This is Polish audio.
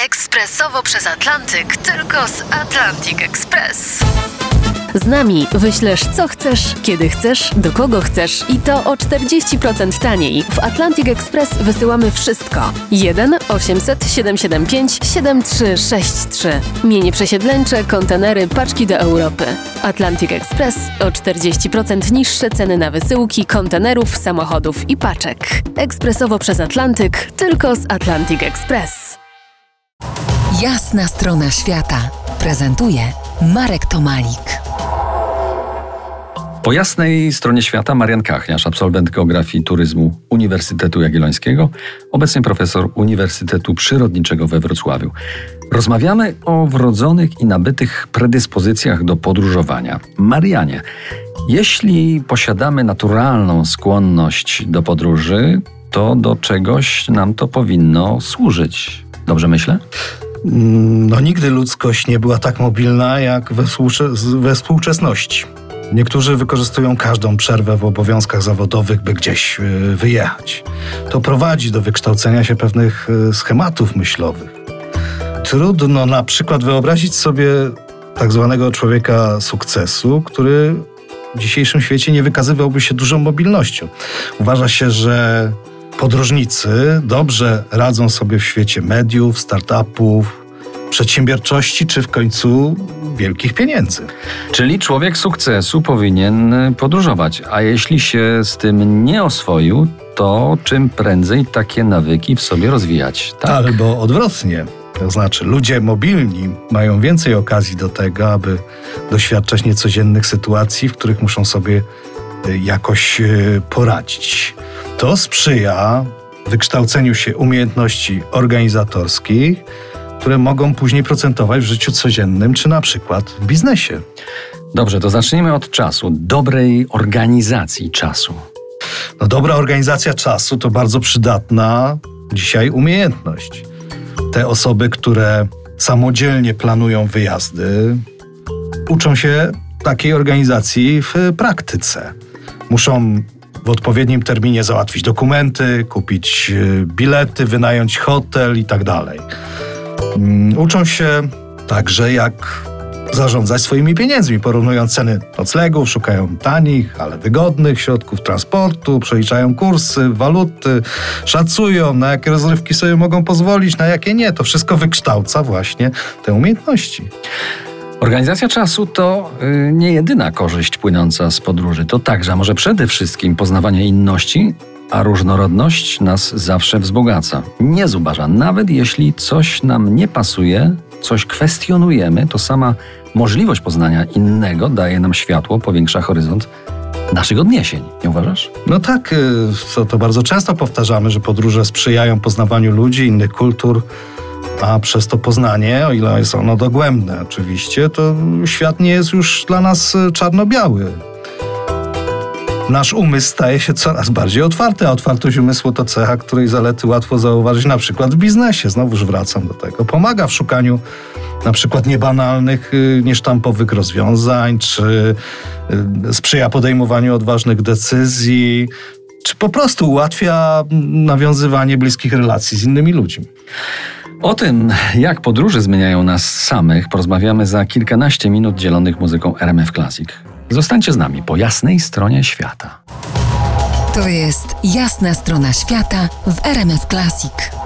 Ekspresowo przez Atlantyk, tylko z Atlantic Express. Z nami wyślesz co chcesz, kiedy chcesz, do kogo chcesz i to o 40% taniej. W Atlantic Express wysyłamy wszystko. 1 800 775 7363. Mienie przesiedleńcze, kontenery, paczki do Europy. Atlantic Express o 40% niższe ceny na wysyłki, kontenerów, samochodów i paczek. Ekspresowo przez Atlantyk, tylko z Atlantic Express. Jasna strona świata prezentuje Marek Tomalik. Po jasnej stronie świata Marian Kachniarz, absolwent geografii i turyzmu Uniwersytetu Jagiellońskiego, obecnie profesor Uniwersytetu Przyrodniczego we Wrocławiu. Rozmawiamy o wrodzonych i nabytych predyspozycjach do podróżowania. Marianie, jeśli posiadamy naturalną skłonność do podróży, to do czegoś nam to powinno służyć. Dobrze myślę? Nigdy ludzkość nie była tak mobilna jak we współczesności. Niektórzy wykorzystują każdą przerwę w obowiązkach zawodowych, by gdzieś wyjechać. To prowadzi do wykształcenia się pewnych schematów myślowych. Trudno na przykład wyobrazić sobie tak zwanego człowieka sukcesu, który w dzisiejszym świecie nie wykazywałby się dużą mobilnością. Uważa się, że podróżnicy dobrze radzą sobie w świecie mediów, startupów, przedsiębiorczości czy w końcu wielkich pieniędzy. Czyli człowiek sukcesu powinien podróżować, a jeśli się z tym nie oswoił, to czym prędzej takie nawyki w sobie rozwijać, tak? Albo odwrotnie. To znaczy ludzie mobilni mają więcej okazji do tego, aby doświadczać niecodziennych sytuacji, w których muszą sobie jakoś poradzić. To sprzyja wykształceniu się umiejętności organizatorskich, które mogą później procentować w życiu codziennym, czy na przykład w biznesie. Dobrze, to zacznijmy od czasu, dobrej organizacji czasu. Dobra organizacja czasu to bardzo przydatna dzisiaj umiejętność. Te osoby, które samodzielnie planują wyjazdy, uczą się takiej organizacji w praktyce. Muszą w odpowiednim terminie załatwić dokumenty, kupić bilety, wynająć hotel i tak dalej. Uczą się także, jak zarządzać swoimi pieniędzmi, porównując ceny noclegów, szukają tanich, ale wygodnych środków transportu, przeliczają kursy, waluty, szacują, na jakie rozrywki sobie mogą pozwolić, na jakie nie. To wszystko wykształca właśnie te umiejętności. Organizacja czasu to nie jedyna korzyść płynąca z podróży. To także, a może przede wszystkim poznawanie inności, a różnorodność nas zawsze wzbogaca. Nie zubaża. Nawet jeśli coś nam nie pasuje, coś kwestionujemy, to sama możliwość poznania innego daje nam światło, powiększa horyzont naszych odniesień. Nie uważasz? No tak, to bardzo często powtarzamy, że podróże sprzyjają poznawaniu ludzi, innych kultur, a przez to poznanie, o ile jest ono dogłębne oczywiście, to świat nie jest już dla nas czarno-biały. Nasz umysł staje się coraz bardziej otwarty, a otwartość umysłu to cecha, której zalety łatwo zauważyć na przykład w biznesie. Znowuż wracam do tego. Pomaga w szukaniu na przykład niebanalnych, niesztampowych rozwiązań, czy sprzyja podejmowaniu odważnych decyzji, czy po prostu ułatwia nawiązywanie bliskich relacji z innymi ludźmi. O tym, jak podróże zmieniają nas samych, porozmawiamy za kilkanaście minut dzielonych muzyką RMF Classic. Zostańcie z nami po jasnej stronie świata. To jest Jasna strona świata w RMF Classic.